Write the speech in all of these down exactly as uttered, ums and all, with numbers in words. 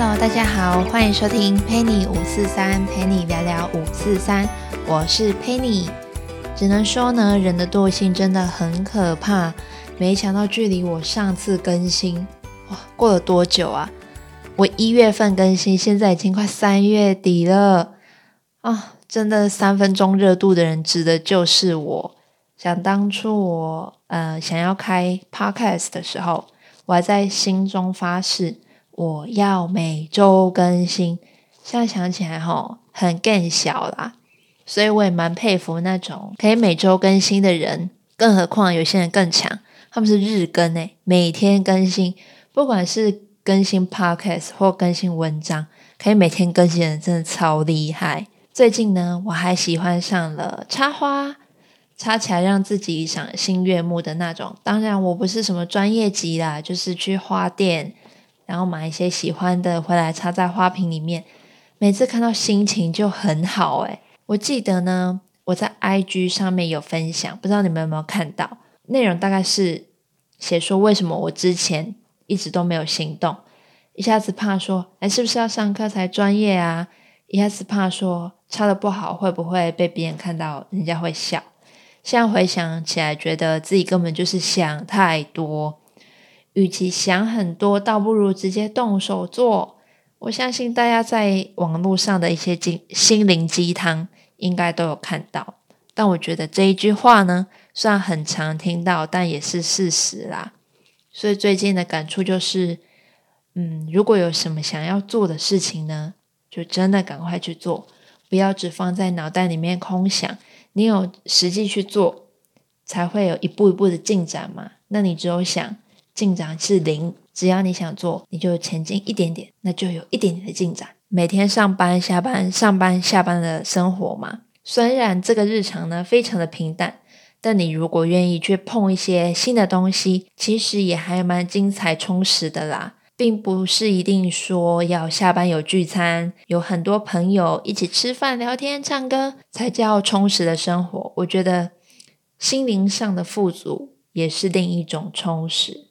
Hello， 大家好，欢迎收听 Penny 五四三，陪你聊聊五四三，我是 Penny。只能说呢，人的惰性真的很可怕。没想到距离我上次更新，哇，过了多久啊？我一月份更新，现在已经快三月底了啊！真的三分钟热度的人指的就是我。想当初我呃想要开 podcast 的时候，我还在心中发誓我要每周更新。现在想起来齁很更小啦，所以我也蛮佩服那种可以每周更新的人，更何况有些人更强，他们是日更诶，每天更新，不管是更新 podcast 或更新文章，可以每天更新的人真的超厉害。最近呢，我还喜欢上了插花，插起来让自己赏心悦目的那种。当然我不是什么专业级啦，就是去花店然后买一些喜欢的回来插在花瓶里面，每次看到心情就很好诶。我记得呢，我在 I G 上面有分享，不知道你们有没有看到，内容大概是写说为什么我之前一直都没有行动，一下子怕说哎，是不是要上课才专业啊，一下子怕说插得不好会不会被别人看到人家会笑。现在回想起来觉得自己根本就是想太多，与其想很多倒不如直接动手做。我相信大家在网络上的一些心灵鸡汤应该都有看到，但我觉得这一句话呢，虽然很常听到，但也是事实啦。所以最近的感触就是嗯，如果有什么想要做的事情呢，就真的赶快去做，不要只放在脑袋里面空想，你有实际去做才会有一步一步的进展嘛。那你只有想进展是零，只要你想做，你就前进一点点，那就有一点点的进展。每天上班下班上班下班的生活嘛，虽然这个日常呢非常的平淡，但你如果愿意去碰一些新的东西，其实也还蛮精彩充实的啦。并不是一定说要下班有聚餐，有很多朋友一起吃饭聊天唱歌才叫充实的生活。我觉得心灵上的富足也是另一种充实。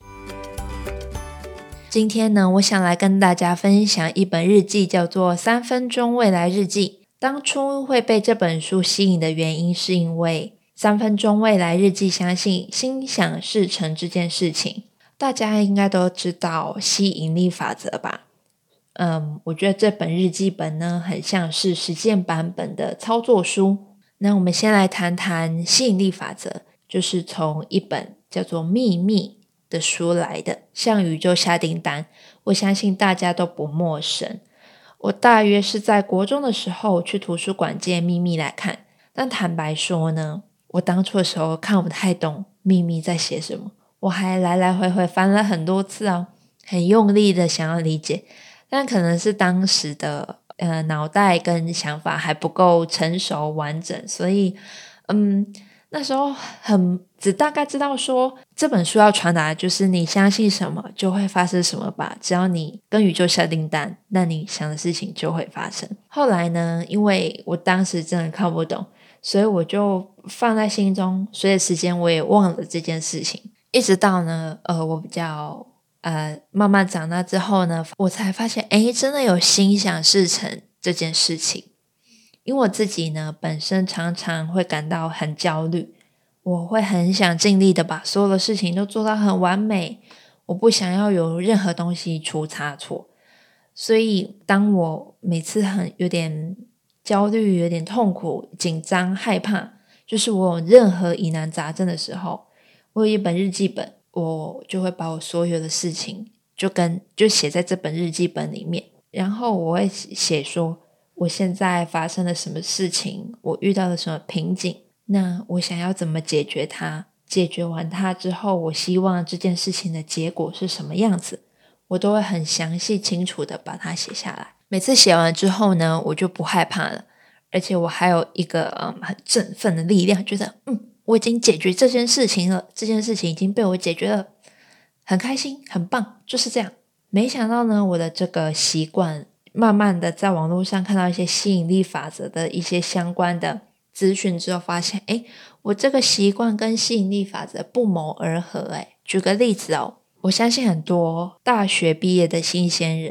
今天呢，我想来跟大家分享一本日记，叫做《三分钟未来日记》。当初会被这本书吸引的原因，是因为三分钟未来日记相信心想事成这件事情。大家应该都知道吸引力法则吧？嗯，我觉得这本日记本呢，很像是实践版本的操作书。那我们先来谈谈吸引力法则，就是从一本叫做《秘密》的书来的，向宇宙下订单。我相信大家都不陌生。我大约是在国中的时候去图书馆借《秘密》来看，但坦白说呢，我当初的时候看不太懂《秘密》在写什么。我还来来回回翻了很多次哦，很用力的想要理解，但可能是当时的呃脑袋跟想法还不够成熟完整，所以嗯那时候很只大概知道说这本书要传达的就是你相信什么就会发生什么吧，只要你跟宇宙下订单，那你想的事情就会发生。后来呢，因为我当时真的看不懂，所以我就放在心中，随着时间我也忘了这件事情。一直到呢呃我比较呃慢慢长大之后呢，我才发现诶真的有心想事成这件事情。因为我自己呢本身常常会感到很焦虑，我会很想尽力的把所有的事情都做到很完美，我不想要有任何东西出差错。所以当我每次很有点焦虑，有点痛苦紧张害怕，就是我有任何疑难杂症的时候，我有一本日记本，我就会把我所有的事情就跟就写在这本日记本里面，然后我会写说我现在发生了什么事情，我遇到了什么瓶颈，那我想要怎么解决它，解决完它之后我希望这件事情的结果是什么样子，我都会很详细清楚的把它写下来。每次写完之后呢，我就不害怕了，而且我还有一个嗯很振奋的力量，觉得嗯我已经解决这件事情了，这件事情已经被我解决了，很开心很棒，就是这样。没想到呢，我的这个习惯慢慢的在网络上看到一些吸引力法则的一些相关的资讯之后，发现诶我这个习惯跟吸引力法则不谋而合。诶举个例子哦，我相信很多大学毕业的新鲜人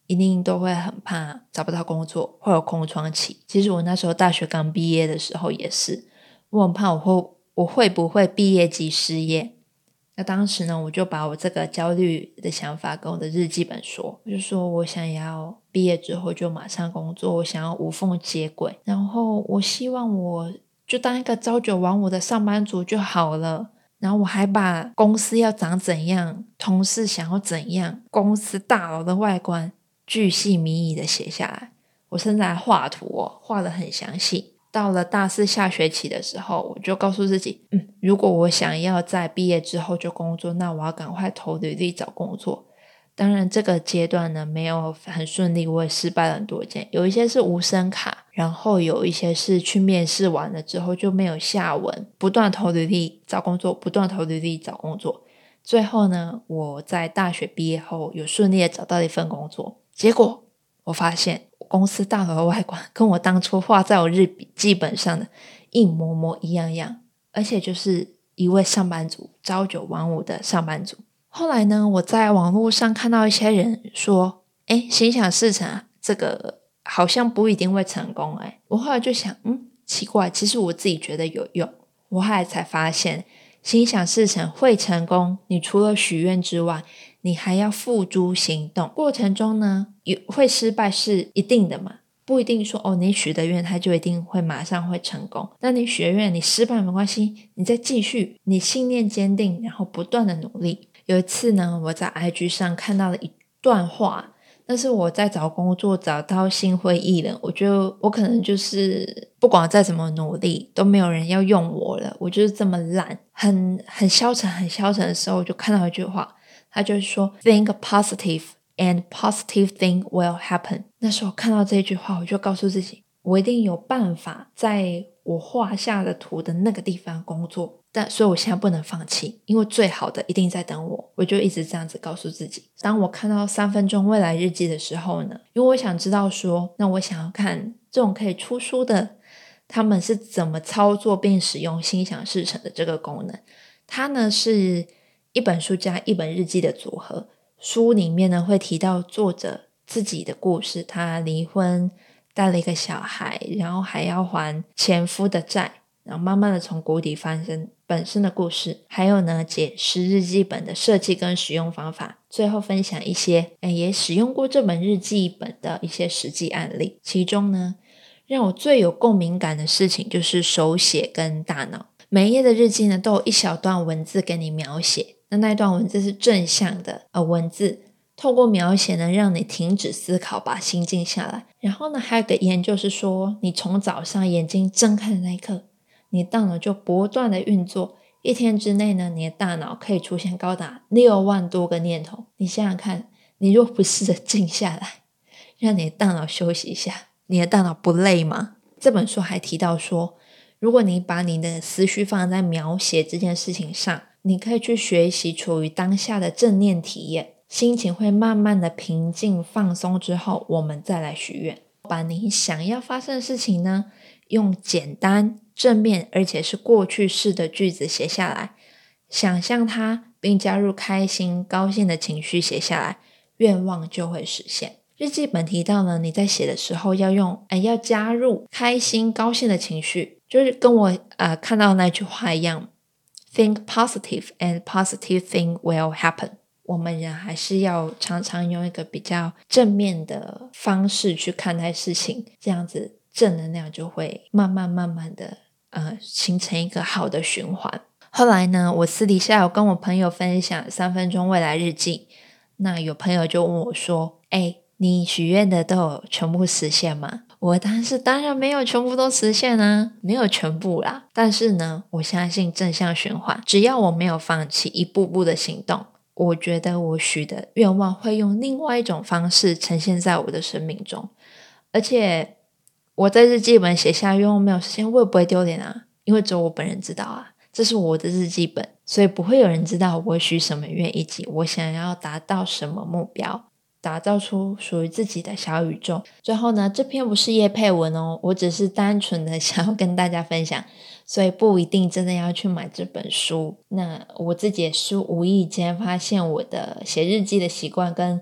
一定都会很怕找不到工作，会有空窗期。其实我那时候大学刚毕业的时候也是，我很怕我会我会不会毕业即失业。那当时呢，我就把我这个焦虑的想法跟我的日记本说，我就说我想要毕业之后就马上工作，我想要无缝接轨，然后我希望我就当一个朝九晚五的上班族就好了。然后我还把公司要长怎样，同事想要怎样，公司大楼的外观巨细靡遗的写下来，我甚至还画图哦，画得很详细。到了大四下学期的时候，我就告诉自己，嗯，如果我想要在毕业之后就工作，那我要赶快投履历找工作。当然这个阶段呢没有很顺利，我也失败了很多件，有一些是无声卡，然后有一些是去面试完了之后就没有下文，不断投履历找工作，不断投履历找工作。最后呢，我在大学毕业后有顺利的找到一份工作，结果我发现公司大楼的外观跟我当初画在我日记本上的一模模一样样，而且就是一位上班族，朝九晚五的上班族。后来呢，我在网络上看到一些人说，诶，心想事成啊，这个好像不一定会成功。诶，我后来就想，嗯，奇怪，其实我自己觉得有用。我后来才发现，心想事成会成功，你除了许愿之外，你还要付诸行动。过程中呢，会失败是一定的嘛，不一定说哦，你许的愿它就一定会马上会成功。那你许的愿你失败没关系，你再继续，你信念坚定，然后不断的努力。有一次呢，我在 I G 上看到了一段话，但是我在找工作找到心灰意冷，我觉得我可能就是不管再怎么努力都没有人要用我了，我就是这么烂，很很消沉很消沉的时候，我就看到一句话，他就是说 Think positive and positive thing will happen。 那时候看到这句话，我就告诉自己，我一定有办法在我画下的图的那个地方工作，但所以我现在不能放弃，因为最好的一定在等我。我就一直这样子告诉自己。当我看到三分钟未来日记的时候呢，因为我想知道说，那我想要看这种可以出书的他们是怎么操作并使用心想事成的这个功能。它呢是一本书加一本日记的组合，书里面呢会提到作者自己的故事，他离婚带了一个小孩，然后还要还前夫的债，然后慢慢的从谷底翻身本身的故事，还有呢解释日记本的设计跟使用方法，最后分享一些也使用过这本日记本的一些实际案例。其中呢让我最有共鸣感的事情就是手写跟大脑。每一页的日记呢都有一小段文字给你描写，那那一段文字是正向的呃文字，透过描写呢让你停止思考，把心静下来。然后呢还有个研究是说，你从早上眼睛睁开的那一刻，你大脑就不断的运作，一天之内呢你的大脑可以出现高达六万多个念头。你想想看，你若不试着静下来，让你的大脑休息一下，你的大脑不累吗？这本书还提到说，如果你把你的思绪放在描写这件事情上，你可以去学习处于当下的正念体验，心情会慢慢的平静放松之后，我们再来许愿。把你想要发生的事情呢，用简单正面而且是过去式的句子写下来，想象它并加入开心高兴的情绪写下来，愿望就会实现。日记本提到呢，你在写的时候要用哎，要加入开心高兴的情绪，就是跟我呃看到那句话一样， Think positive and positive thing will happen。 我们人还是要常常用一个比较正面的方式去看待事情，这样子正能量就会慢慢慢慢的呃形成一个好的循环。后来呢，我私底下有跟我朋友分享三分钟未来日记，那有朋友就问我说，哎，你许愿的都有全部实现吗？我当时当然没有全部都实现啊，没有全部啦。但是呢，我相信正向循环，只要我没有放弃一步步的行动，我觉得我许的愿望会用另外一种方式呈现在我的生命中。而且我在日记本写下愿望没有实现，会不会丢脸啊？因为只有我本人知道啊，这是我的日记本，所以不会有人知道我许什么愿以及我想要达到什么目标，打造出属于自己的小宇宙。最后呢，这篇不是业配文哦，我只是单纯的想要跟大家分享，所以不一定真的要去买这本书。那我自己也是无意间发现我的写日记的习惯跟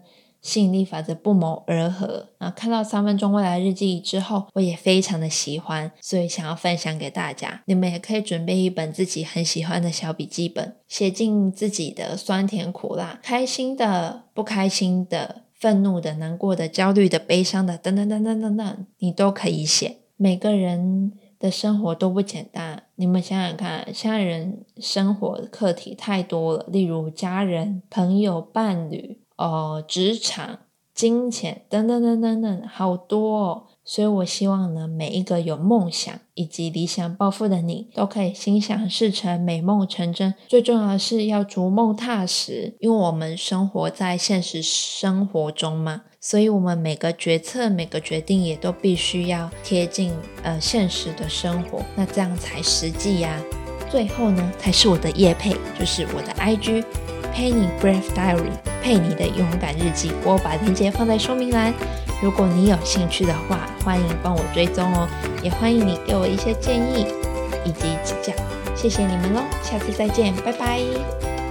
吸引力法则不谋而合。然后看到三分钟未来日记之后，我也非常的喜欢，所以想要分享给大家。你们也可以准备一本自己很喜欢的小笔记本，写进自己的酸甜苦辣，开心的、不开心的、愤怒的、难过的、焦虑的、悲伤的，等等等等等等，你都可以写。每个人的生活都不简单，你们想想看，现在人生活的课题太多了，例如家人、朋友、伴侣、呃、职场、金钱等等等等等，好多哦。所以我希望呢，每一个有梦想以及理想抱负的你，都可以心想事成，美梦成真。最重要的是要逐梦踏实，因为我们生活在现实生活中嘛，所以我们每个决策、每个决定也都必须要贴近呃现实的生活，那这样才实际呀。最后呢，才是我的业配，就是我的 I G Penny Brave Diary 佩妮的勇敢日记，我把链接放在说明栏。如果你有兴趣的话，欢迎帮我追踪哦，也欢迎你给我一些建议以及指教，谢谢你们咯，下次再见，拜拜。